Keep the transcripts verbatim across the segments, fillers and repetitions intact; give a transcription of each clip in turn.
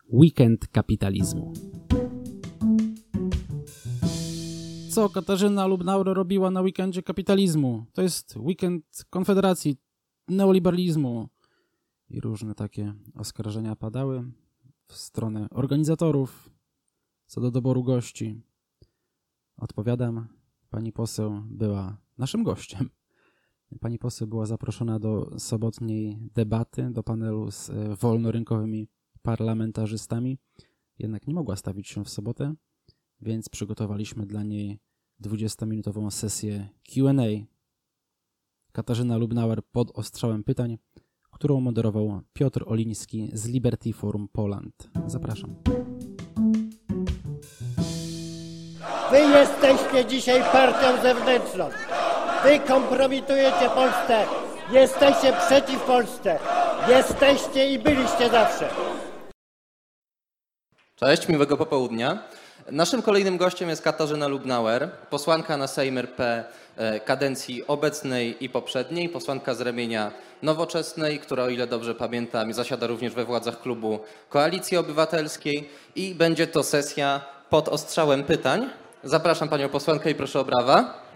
Weekend kapitalizmu. Co Katarzyna Lubnauer robiła na weekendzie kapitalizmu? To jest weekend konfederacji, neoliberalizmu i różne takie oskarżenia padały w stronę organizatorów co do doboru gości. Odpowiadam, pani poseł była naszym gościem. Pani poseł była zaproszona do sobotniej debaty, do panelu z wolnorynkowymi parlamentarzystami, jednak nie mogła stawić się w sobotę, więc przygotowaliśmy dla niej dwudziestominutową sesję Q and A. Katarzyna Lubnauer pod ostrzałem pytań, którą moderował Piotr Oliński z Liberty Forum Poland. Zapraszam. Wy jesteście dzisiaj partią zewnętrzną. Wy kompromitujecie Polskę. Jesteście przeciw Polsce. Jesteście i byliście zawsze. Cześć, miłego popołudnia. Naszym kolejnym gościem jest Katarzyna Lubnauer, posłanka na Sejm R P kadencji obecnej i poprzedniej, posłanka z ramienia Nowoczesnej, która, o ile dobrze pamiętam, zasiada również we władzach klubu Koalicji Obywatelskiej i będzie to sesja pod ostrzałem pytań. Zapraszam panią posłankę i proszę o brawa.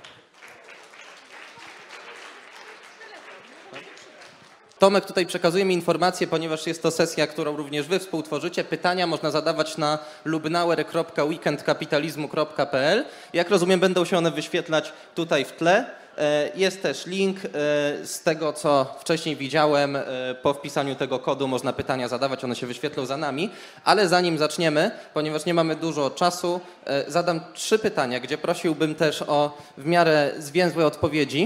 Tomek tutaj przekazuje mi informację, ponieważ jest to sesja, którą również wy współtworzycie. Pytania można zadawać na lubnauer kropka weekend kapitalizmu kropka p l. Jak rozumiem, będą się one wyświetlać tutaj w tle. Jest też link z tego, co wcześniej widziałem. Po wpisaniu tego kodu można pytania zadawać, one się wyświetlą za nami. Ale zanim zaczniemy, ponieważ nie mamy dużo czasu, zadam trzy pytania, gdzie prosiłbym też o w miarę zwięzłe odpowiedzi.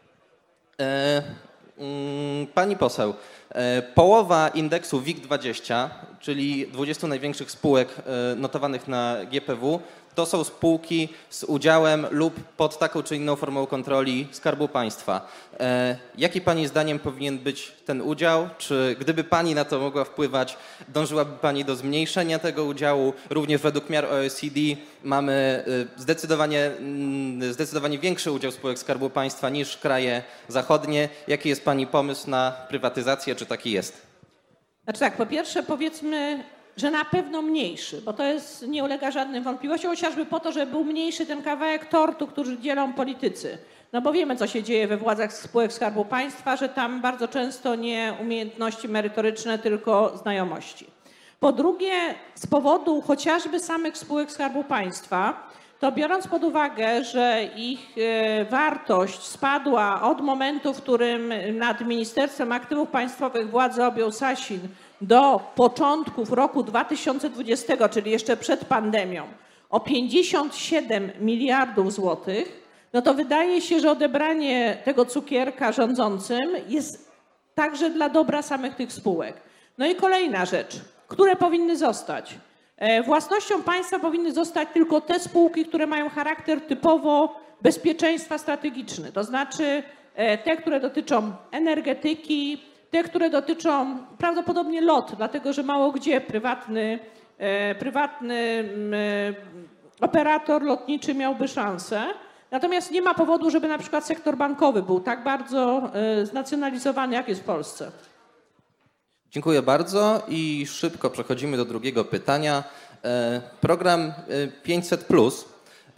Pani poseł, połowa indeksu WIG dwadzieścia, czyli dwudziestu największych spółek notowanych na G P W, to są spółki z udziałem lub pod taką czy inną formą kontroli Skarbu Państwa. Jaki pani zdaniem powinien być ten udział? Czy gdyby pani na to mogła wpływać, dążyłaby pani do zmniejszenia tego udziału? Również według miar O E C D mamy zdecydowanie, zdecydowanie większy udział spółek Skarbu Państwa niż kraje zachodnie. Jaki jest pani pomysł na prywatyzację? Czy taki jest? Znaczy tak, po pierwsze powiedzmy, że na pewno mniejszy, bo to jest, nie ulega żadnym wątpliwościom, chociażby po to, żeby był mniejszy ten kawałek tortu, który dzielą politycy. No bo wiemy, co się dzieje we władzach spółek Skarbu Państwa, że tam bardzo często nie umiejętności merytoryczne, tylko znajomości. Po drugie, z powodu chociażby samych spółek Skarbu Państwa, to biorąc pod uwagę, że ich wartość spadła od momentu, w którym nad Ministerstwem Aktywów Państwowych władzę objął Sasin, do początków roku dwa tysiące dwudziestego, czyli jeszcze przed pandemią, o pięćdziesiąt siedem miliardów złotych, no to wydaje się, że odebranie tego cukierka rządzącym jest także dla dobra samych tych spółek. No i kolejna rzecz, które powinny zostać. Własnością państwa powinny zostać tylko te spółki, które mają charakter typowo bezpieczeństwa strategiczny, to znaczy te, które dotyczą energetyki, te, które dotyczą prawdopodobnie L O T, dlatego że mało gdzie prywatny, e, prywatny e, operator lotniczy miałby szansę. Natomiast nie ma powodu, żeby na przykład sektor bankowy był tak bardzo e, znacjonalizowany, jak jest w Polsce. Dziękuję bardzo i szybko przechodzimy do drugiego pytania. E, program pięćset plus, e,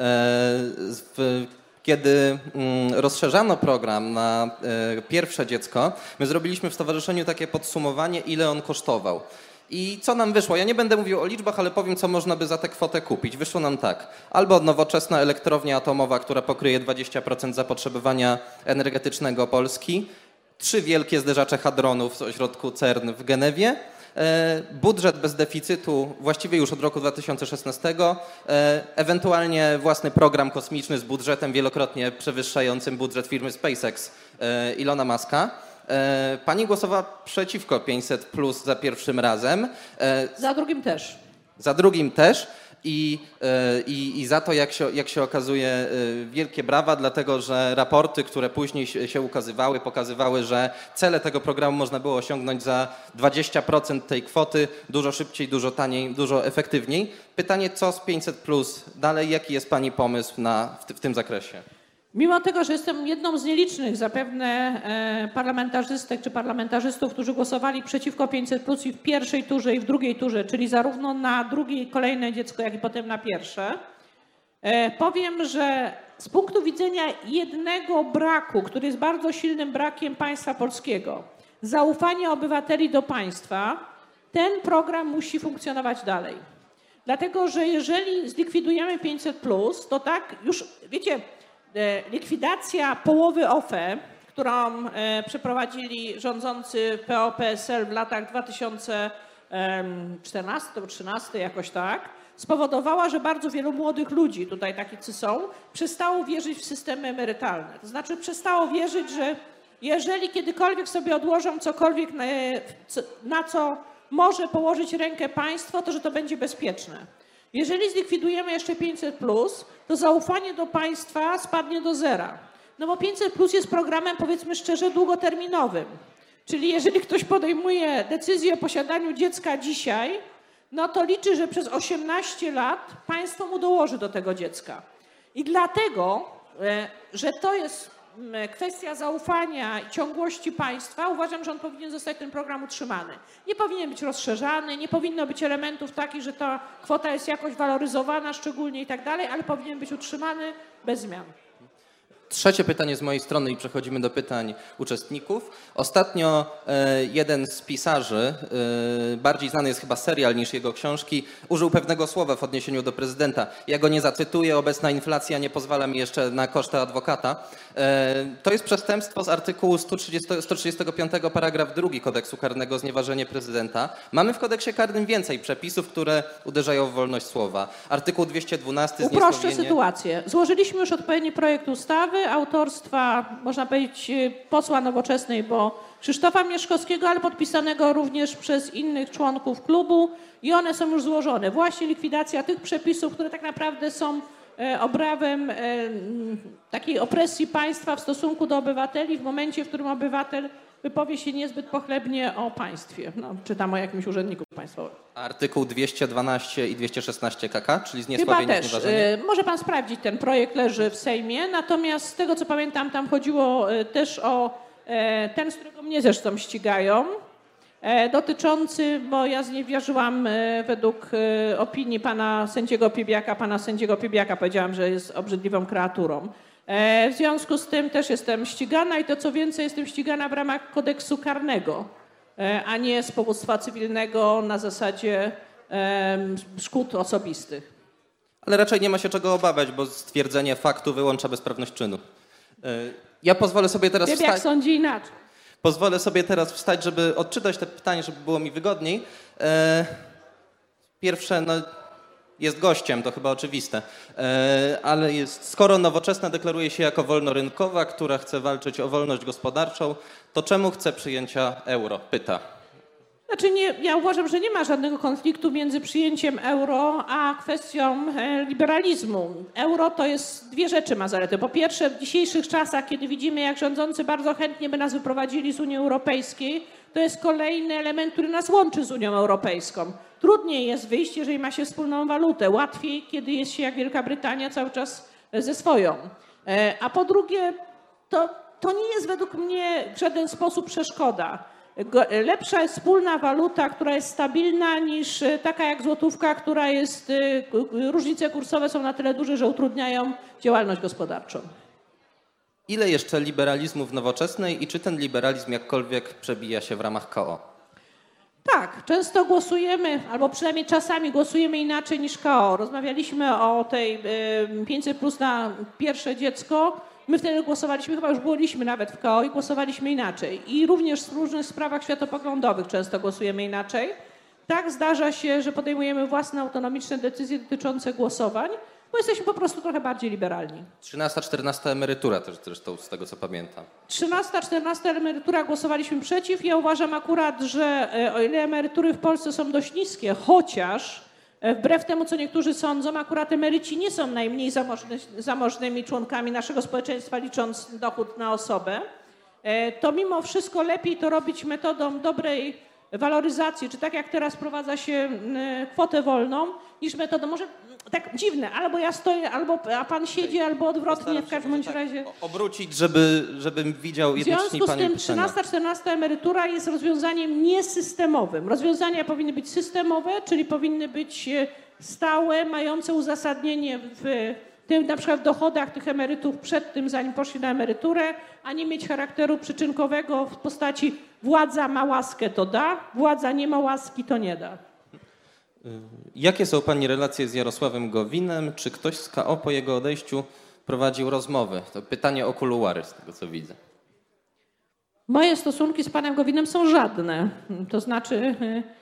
w Kiedy rozszerzano program na pierwsze dziecko, my zrobiliśmy w stowarzyszeniu takie podsumowanie, ile on kosztował. I co nam wyszło? Ja nie będę mówił o liczbach, ale powiem, co można by za tę kwotę kupić. Wyszło nam tak. Albo nowoczesna elektrownia atomowa, która pokryje dwadzieścia procent zapotrzebowania energetycznego Polski, trzy wielkie zderzacze hadronów z ośrodku CERN w Genewie, budżet bez deficytu właściwie już od roku dwa tysiące szesnastego, ewentualnie własny program kosmiczny z budżetem wielokrotnie przewyższającym budżet firmy SpaceX Ilona Muska. Pani głosowała przeciwko pięćset plus za pierwszym razem. Za drugim też. Za drugim też. I, i, i za to, jak się, jak się okazuje, wielkie brawa, dlatego że raporty, które później się ukazywały, pokazywały, że cele tego programu można było osiągnąć za dwadzieścia procent tej kwoty, dużo szybciej, dużo taniej, dużo efektywniej. Pytanie, co z pięćset plus dalej, jaki jest pani pomysł na, w, w tym zakresie? Mimo tego, że jestem jedną z nielicznych zapewne parlamentarzystek czy parlamentarzystów, którzy głosowali przeciwko pięćset plus i w pierwszej turze i w drugiej turze, czyli zarówno na drugie kolejne dziecko, jak i potem na pierwsze, powiem, że z punktu widzenia jednego braku, który jest bardzo silnym brakiem państwa polskiego, zaufania obywateli do państwa, ten program musi funkcjonować dalej. Dlatego, że jeżeli zlikwidujemy pięćset plus, to tak już, wiecie, likwidacja połowy O F E, którą przeprowadzili rządzący P O P S L w latach dwa tysiące czternastym do dwa tysiące trzynastym, jakoś tak, spowodowała, że bardzo wielu młodych ludzi, tutaj tacy są, przestało wierzyć w systemy emerytalne. To znaczy przestało wierzyć, że jeżeli kiedykolwiek sobie odłożą cokolwiek, na, na co może położyć rękę państwo, to że to będzie bezpieczne. Jeżeli zlikwidujemy jeszcze pięćset plus, to zaufanie do państwa spadnie do zera. No bo pięćset plus jest programem, powiedzmy szczerze, długoterminowym. Czyli jeżeli ktoś podejmuje decyzję o posiadaniu dziecka dzisiaj, no to liczy, że przez osiemnaście lat państwo mu dołoży do tego dziecka. I dlatego, że to jest kwestia zaufania i ciągłości państwa, uważam, że on powinien zostać ten program utrzymany. Nie powinien być rozszerzany, nie powinno być elementów takich, że ta kwota jest jakoś waloryzowana szczególnie i tak dalej, ale powinien być utrzymany bez zmian. Trzecie pytanie z mojej strony i przechodzimy do pytań uczestników. Ostatnio e, jeden z pisarzy, e, bardziej znany jest chyba serial niż jego książki, użył pewnego słowa w odniesieniu do prezydenta. Ja go nie zacytuję, obecna inflacja nie pozwala mi jeszcze na koszty adwokata. E, to jest przestępstwo z artykułu sto trzydziestego piątego paragraf drugi kodeksu karnego, znieważenie prezydenta. Mamy w kodeksie karnym więcej przepisów, które uderzają w wolność słowa. Artykuł dwieście dwunasty Uproszczę zniesławienie... sytuację. Złożyliśmy już odpowiedni projekt ustawy autorstwa, można powiedzieć, posła Nowoczesnej, bo Krzysztofa Mieszkowskiego, ale podpisanego również przez innych członków klubu i one są już złożone. Właśnie likwidacja tych przepisów, które tak naprawdę są objawem takiej opresji państwa w stosunku do obywateli w momencie, w którym obywatel wypowie się niezbyt pochlebnie o państwie, no, czy tam o jakimś urzędniku państwowym. Artykuł dwieście dwanaście i dwieście szesnaście K K, czyli zniesławienie, Chyba też. znieważenie? Może pan sprawdzić, ten projekt leży w Sejmie, natomiast z tego co pamiętam, tam chodziło też o ten, z którego mnie zresztą ścigają, dotyczący, bo ja zniewierzyłam według opinii pana sędziego Piebiaka, pana sędziego Piebiaka powiedziałam, że jest obrzydliwą kreaturą. W związku z tym też jestem ścigana i to co więcej jestem ścigana w ramach kodeksu karnego, a nie z powództwa cywilnego na zasadzie szkód osobistych. Ale raczej nie ma się czego obawiać, bo stwierdzenie faktu wyłącza bezprawność czynu. Ja pozwolę sobie teraz Piebiak wstać. sądzi inaczej. Pozwolę sobie teraz wstać, żeby odczytać te pytania, żeby było mi wygodniej. Pierwsze, no, jest gościem, to chyba oczywiste, ale jest, skoro Nowoczesna deklaruje się jako wolnorynkowa, która chce walczyć o wolność gospodarczą, to czemu chce przyjęcia euro? Pyta. Znaczy nie, ja uważam, że nie ma żadnego konfliktu między przyjęciem euro a kwestią liberalizmu. Euro to jest dwie rzeczy ma zaletę. Po pierwsze, w dzisiejszych czasach, kiedy widzimy, jak rządzący bardzo chętnie by nas wyprowadzili z Unii Europejskiej, to jest kolejny element, który nas łączy z Unią Europejską. Trudniej jest wyjść, jeżeli ma się wspólną walutę. Łatwiej, kiedy jest się jak Wielka Brytania cały czas ze swoją. A po drugie, to, to nie jest według mnie w żaden sposób przeszkoda. Lepsza jest wspólna waluta, która jest stabilna, niż taka jak złotówka, która jest, różnice kursowe są na tyle duże, że utrudniają działalność gospodarczą. Ile jeszcze liberalizmu w Nowoczesnej i czy ten liberalizm jakkolwiek przebija się w ramach K O? Tak, często głosujemy, albo przynajmniej czasami głosujemy inaczej niż K O. Rozmawialiśmy o tej pięćset plus na pierwsze dziecko. My wtedy głosowaliśmy, chyba już byliśmy nawet w K O i głosowaliśmy inaczej. I również w różnych sprawach światopoglądowych często głosujemy inaczej. Tak zdarza się, że podejmujemy własne autonomiczne decyzje dotyczące głosowań, bo jesteśmy po prostu trochę bardziej liberalni. trzynasta, czternasta emerytura też zresztą, z tego co pamiętam. trzynasta, czternasta emerytura głosowaliśmy przeciw. Ja uważam akurat, że o ile emerytury w Polsce są dość niskie, chociaż wbrew temu, co niektórzy sądzą, akurat emeryci nie są najmniej zamożny, zamożnymi członkami naszego społeczeństwa, licząc dochód na osobę, to mimo wszystko lepiej to robić metodą dobrej waloryzacji, czy tak jak teraz wprowadza się kwotę wolną, niż metodą, może tak dziwne, albo ja stoję, albo a pan siedzi, albo odwrotnie, w każdym bądź razie. Obrócić, żeby, żebym widział jednocześnie W związku z tym pytania. trzynasta, czternasta emerytura jest rozwiązaniem niesystemowym. Rozwiązania powinny być systemowe, czyli powinny być stałe, mające uzasadnienie w tym, na przykład w dochodach tych emerytów przed tym, zanim poszli na emeryturę, a nie mieć charakteru przyczynkowego w postaci władza ma łaskę, to da, władza nie ma łaski, to nie da. Jakie są pani relacje z Jarosławem Gowinem? Czy ktoś z K O po jego odejściu prowadził rozmowy? To pytanie o kuluary, z tego co widzę. Moje stosunki z panem Gowinem są żadne. To znaczy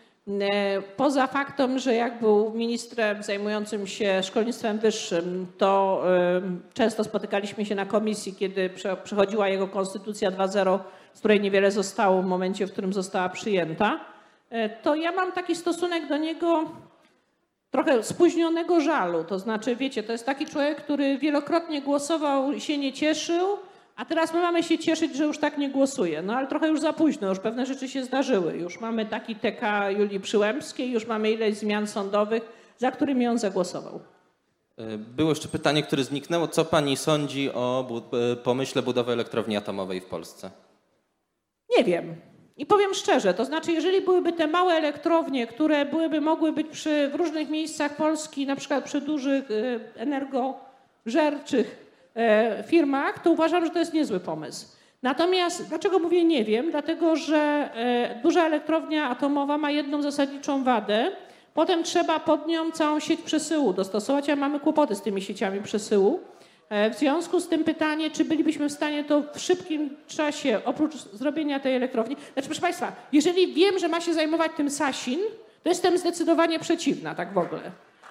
poza faktem, że jak był ministrem zajmującym się szkolnictwem wyższym, to często spotykaliśmy się na komisji, kiedy przechodziła jego konstytucja dwa zero, z której niewiele zostało w momencie, w którym została przyjęta, to ja mam taki stosunek do niego trochę spóźnionego żalu. To znaczy, wiecie, to jest taki człowiek, który wielokrotnie głosował i się nie cieszył, a teraz my mamy się cieszyć, że już tak nie głosuje. No ale trochę już za późno, już pewne rzeczy się zdarzyły. Już mamy taki T K Julii Przyłębskiej, już mamy ileś zmian sądowych, za którymi on zagłosował. Było jeszcze pytanie, które zniknęło. Co pani sądzi o pomyśle budowy elektrowni atomowej w Polsce? Nie wiem. I powiem szczerze, to znaczy, jeżeli byłyby te małe elektrownie, które byłyby mogły być przy, w różnych miejscach Polski, na przykład przy dużych energożerczych firmach, to uważam, że to jest niezły pomysł. Natomiast dlaczego mówię nie wiem? Dlatego, że duża elektrownia atomowa ma jedną zasadniczą wadę. Potem trzeba pod nią całą sieć przesyłu dostosować, a mamy kłopoty z tymi sieciami przesyłu. W związku z tym pytanie, czy bylibyśmy w stanie to w szybkim czasie, oprócz zrobienia tej elektrowni. Znaczy, proszę państwa, jeżeli wiem, że ma się zajmować tym Sasin, to jestem zdecydowanie przeciwna, tak w ogóle.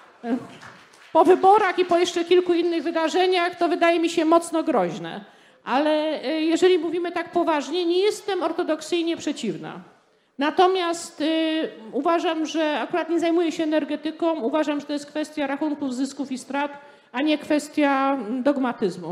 Po wyborach i po jeszcze kilku innych wydarzeniach to wydaje mi się mocno groźne. Ale jeżeli mówimy tak poważnie, nie jestem ortodoksyjnie przeciwna. Natomiast y, uważam, że akurat nie zajmuję się energetyką, uważam, że to jest kwestia rachunków zysków i strat, a nie kwestia dogmatyzmu.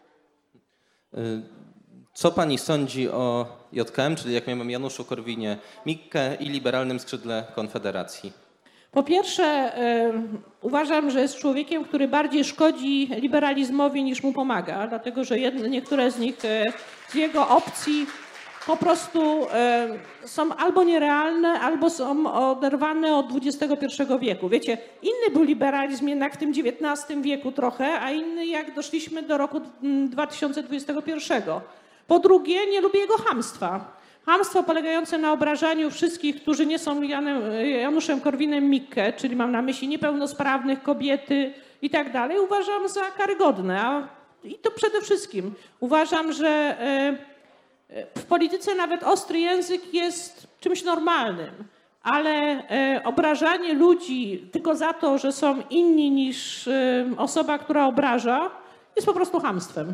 Co pani sądzi o J K M, czyli jak miałem Januszu Korwinie-Mikke i liberalnym skrzydle Konfederacji? Po pierwsze, y, uważam, że jest człowiekiem, który bardziej szkodzi liberalizmowi niż mu pomaga, dlatego że jedne, niektóre z nich, y, z jego opcji po prostu y, są albo nierealne, albo są oderwane od dwudziestego pierwszego wieku. Wiecie, inny był liberalizm jednak w tym dziewiętnastym wieku trochę, a inny jak doszliśmy do roku dwa tysiące dwudziestego pierwszego. Po drugie, nie lubię jego chamstwa. Chamstwo polegające na obrażaniu wszystkich, którzy nie są Janem, Januszem Korwinem-Mikke, czyli mam na myśli niepełnosprawnych, kobiety i tak dalej, uważam za karygodne. A, i to przede wszystkim uważam, że y, w polityce nawet ostry język jest czymś normalnym, ale e, obrażanie ludzi tylko za to, że są inni niż e, osoba, która obraża, jest po prostu chamstwem.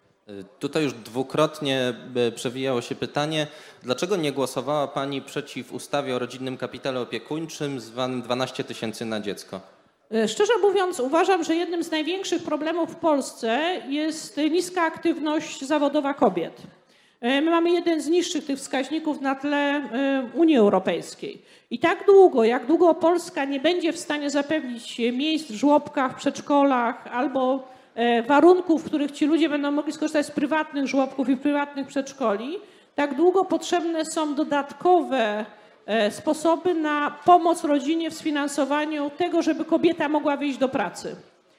Tutaj już dwukrotnie przewijało się pytanie, dlaczego nie głosowała pani przeciw ustawie o rodzinnym kapitale opiekuńczym zwanym dwanaście tysięcy na dziecko? Szczerze mówiąc, uważam, że jednym z największych problemów w Polsce jest niska aktywność zawodowa kobiet. My mamy jeden z niższych tych wskaźników na tle Unii Europejskiej. I tak długo, jak długo Polska nie będzie w stanie zapewnić miejsc w żłobkach, przedszkolach albo warunków, w których ci ludzie będą mogli skorzystać z prywatnych żłobków i prywatnych przedszkoli, tak długo potrzebne są dodatkowe sposoby na pomoc rodzinie w sfinansowaniu tego, żeby kobieta mogła wyjść do pracy.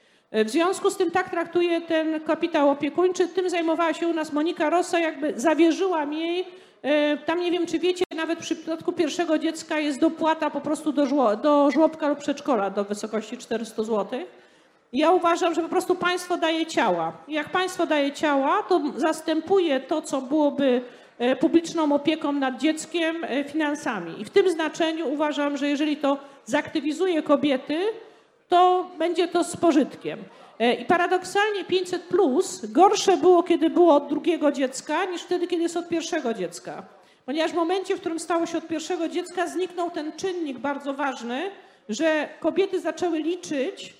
W związku z tym tak traktuję ten kapitał opiekuńczy. Tym zajmowała się u nas Monika Rosa, jakby zawierzyłam jej. Tam nie wiem, czy wiecie, nawet w przypadku pierwszego dziecka jest dopłata po prostu do, żło, do żłobka lub przedszkola do wysokości czterysta złotych. Ja uważam, że po prostu państwo daje ciała. I jak państwo daje ciała, to zastępuje to, co byłoby publiczną opieką nad dzieckiem, finansami. I w tym znaczeniu uważam, że jeżeli to zaktywizuje kobiety, to będzie to z pożytkiem. I paradoksalnie pięćset plus gorsze było, kiedy było od drugiego dziecka, niż wtedy, kiedy jest od pierwszego dziecka. Ponieważ w momencie, w którym stało się od pierwszego dziecka, zniknął ten czynnik bardzo ważny, że kobiety zaczęły liczyć,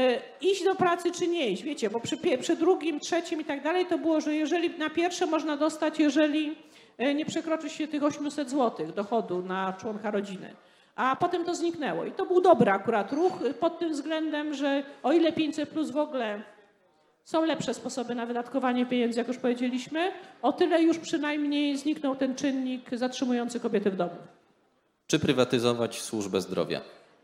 iść do pracy czy nie iść. Wiecie, bo przy, przy drugim, trzecim i tak dalej to było, że jeżeli na pierwsze można dostać, jeżeli nie przekroczy się tych osiemset złotych dochodu na członka rodziny. A potem to zniknęło. I to był dobry akurat ruch pod tym względem, że o ile pięćset plus w ogóle są lepsze sposoby na wydatkowanie pieniędzy, jak już powiedzieliśmy, o tyle już przynajmniej zniknął ten czynnik zatrzymujący kobiety w domu. Czy prywatyzować służbę zdrowia?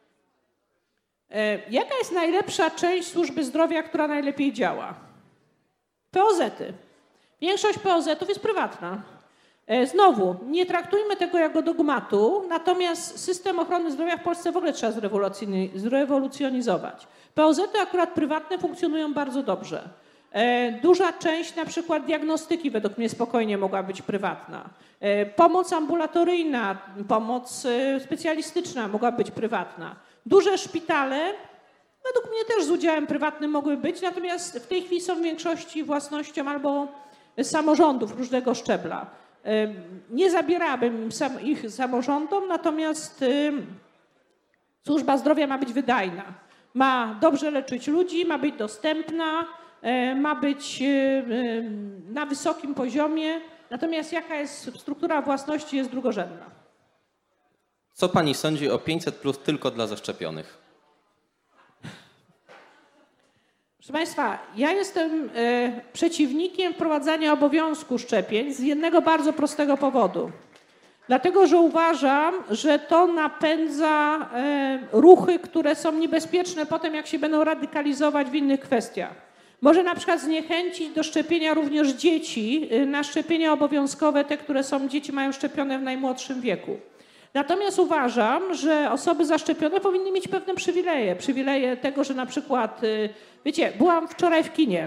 Jaka jest najlepsza część służby zdrowia, która najlepiej działa? P O Z-y. Większość P O Z-ów jest prywatna. Znowu, nie traktujmy tego jako dogmatu, natomiast system ochrony zdrowia w Polsce w ogóle trzeba zrewolucjonizować. P O Z-y akurat prywatne funkcjonują bardzo dobrze. Duża część na przykład diagnostyki według mnie spokojnie mogła być prywatna. Pomoc ambulatoryjna, pomoc specjalistyczna mogła być prywatna. Duże szpitale według mnie też z udziałem prywatnym mogły być, natomiast w tej chwili są w większości własnością albo samorządów różnego szczebla. Nie zabierałabym ich samorządom, natomiast służba zdrowia ma być wydajna. Ma dobrze leczyć ludzi, ma być dostępna, ma być na wysokim poziomie, natomiast jaka jest struktura własności, jest drugorzędna. Co pani sądzi o pięćset plus tylko dla zaszczepionych? Proszę Państwa, ja jestem przeciwnikiem wprowadzania obowiązku szczepień z jednego bardzo prostego powodu. Dlatego, że uważam, że to napędza ruchy, które są niebezpieczne potem, jak się będą radykalizować w innych kwestiach. Może na przykład zniechęcić do szczepienia również dzieci, na szczepienia obowiązkowe, te, które są, dzieci mają szczepione w najmłodszym wieku. Natomiast uważam, że osoby zaszczepione powinny mieć pewne przywileje. Przywileje tego, że na przykład, wiecie, byłam wczoraj w kinie.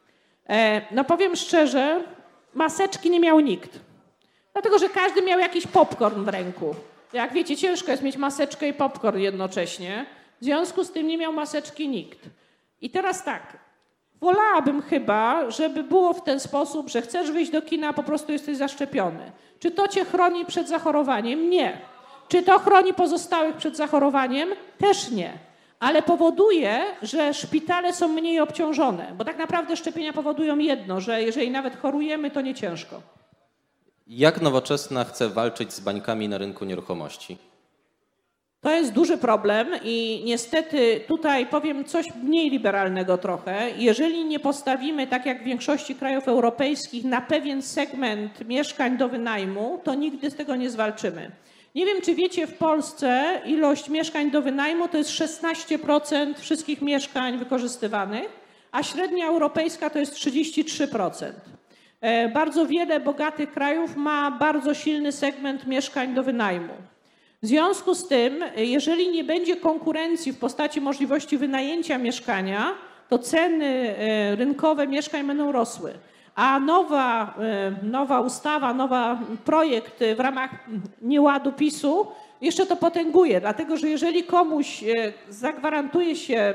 No powiem szczerze, maseczki nie miał nikt. Dlatego, że każdy miał jakiś popcorn w ręku. Jak wiecie, ciężko jest mieć maseczkę i popcorn jednocześnie. W związku z tym nie miał maseczki nikt. I teraz tak, wolałabym chyba, żeby było w ten sposób, że chcesz wyjść do kina, a po prostu jesteś zaszczepiony. Czy to cię chroni przed zachorowaniem? Nie. Czy to chroni pozostałych przed zachorowaniem? Też nie. Ale powoduje, że szpitale są mniej obciążone, bo tak naprawdę szczepienia powodują jedno, że jeżeli nawet chorujemy, to nie ciężko. Jak Nowoczesna chce walczyć z bańkami na rynku nieruchomości? To jest duży problem i niestety tutaj powiem coś mniej liberalnego trochę. Jeżeli nie postawimy, tak jak w większości krajów europejskich, na pewien segment mieszkań do wynajmu, to nigdy z tego nie zwalczymy. Nie wiem, czy wiecie, w Polsce ilość mieszkań do wynajmu to jest szesnaście procent wszystkich mieszkań wykorzystywanych, a średnia europejska to jest trzydzieści trzy procent. Bardzo wiele bogatych krajów ma bardzo silny segment mieszkań do wynajmu. W związku z tym, jeżeli nie będzie konkurencji w postaci możliwości wynajęcia mieszkania, to ceny rynkowe mieszkań będą rosły. A nowa, nowa ustawa, nowy projekt w ramach nieładu PiSu jeszcze to potęguje, dlatego że jeżeli komuś zagwarantuje się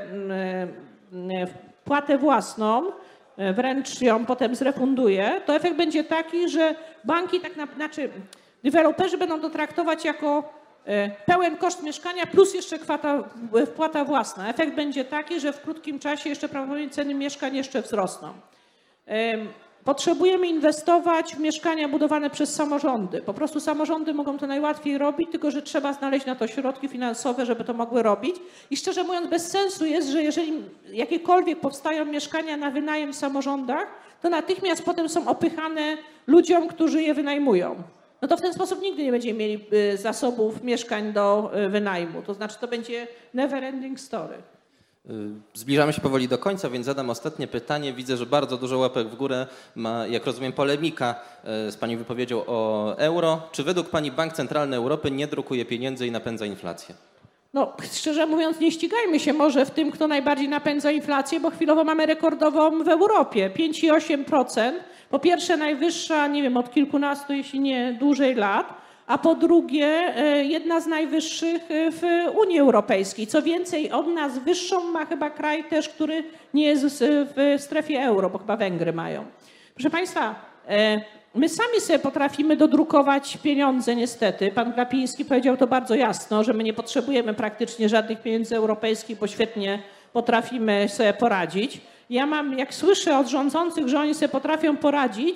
wpłatę własną, wręcz ją potem zrefunduje, to efekt będzie taki, że banki, tak na, znaczy deweloperzy będą to traktować jako pełen koszt mieszkania plus jeszcze kwota, wpłata własna. Efekt będzie taki, że w krótkim czasie jeszcze prawdopodobnie ceny mieszkań jeszcze wzrosną. Potrzebujemy inwestować w mieszkania budowane przez samorządy. Po prostu samorządy mogą to najłatwiej robić, tylko że trzeba znaleźć na to środki finansowe, żeby to mogły robić. I szczerze mówiąc, bez sensu jest, że jeżeli jakiekolwiek powstają mieszkania na wynajem w samorządach, to natychmiast potem są opychane ludziom, którzy je wynajmują. No to w ten sposób nigdy nie będziemy mieli zasobów mieszkań do wynajmu. To znaczy to będzie never ending story. Zbliżamy się powoli do końca, więc zadam ostatnie pytanie. Widzę, że bardzo dużo łapek w górę ma, jak rozumiem, polemika z pani wypowiedzią o euro. Czy według pani Bank Centralny Europy nie drukuje pieniędzy i napędza inflację? No, szczerze mówiąc, nie ścigajmy się może w tym, kto najbardziej napędza inflację, bo chwilowo mamy rekordową w Europie. pięć przecinek osiem procent. Po pierwsze najwyższa, nie wiem, od kilkunastu, jeśli nie dłużej lat, a po drugie jedna z najwyższych w Unii Europejskiej. Co więcej, od nas wyższą ma chyba kraj też, który nie jest w strefie euro, bo chyba Węgry mają. Proszę Państwa, my sami sobie potrafimy dodrukować pieniądze niestety. Pan Glapiński powiedział to bardzo jasno, że my nie potrzebujemy praktycznie żadnych pieniędzy europejskich, bo świetnie potrafimy sobie poradzić. Ja mam, jak słyszę od rządzących, że oni sobie potrafią poradzić,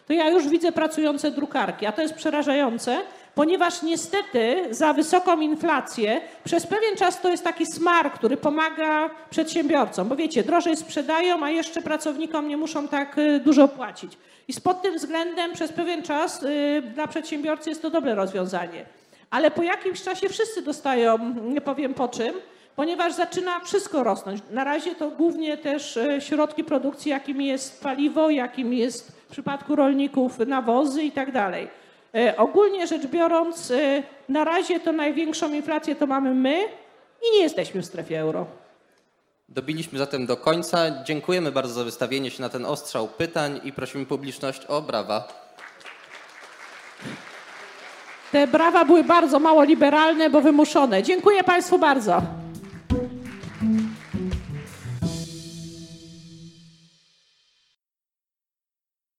to ja już widzę pracujące drukarki, a to jest przerażające, ponieważ niestety za wysoką inflację przez pewien czas to jest taki smar, który pomaga przedsiębiorcom, bo wiecie, drożej sprzedają, a jeszcze pracownikom nie muszą tak dużo płacić. I pod tym względem przez pewien czas dla przedsiębiorcy jest to dobre rozwiązanie. Ale po jakimś czasie wszyscy dostają, nie powiem po czym, ponieważ zaczyna wszystko rosnąć. Na razie to głównie też środki produkcji, jakim jest paliwo, jakim jest w przypadku rolników nawozy i tak dalej. Ogólnie rzecz biorąc, na razie to największą inflację to mamy my i nie jesteśmy w strefie euro. Dobiliśmy zatem do końca. Dziękujemy bardzo za wystawienie się na ten ostrzał pytań i prosimy publiczność o brawa. Te brawa były bardzo mało liberalne, bo wymuszone. Dziękuję Państwu bardzo.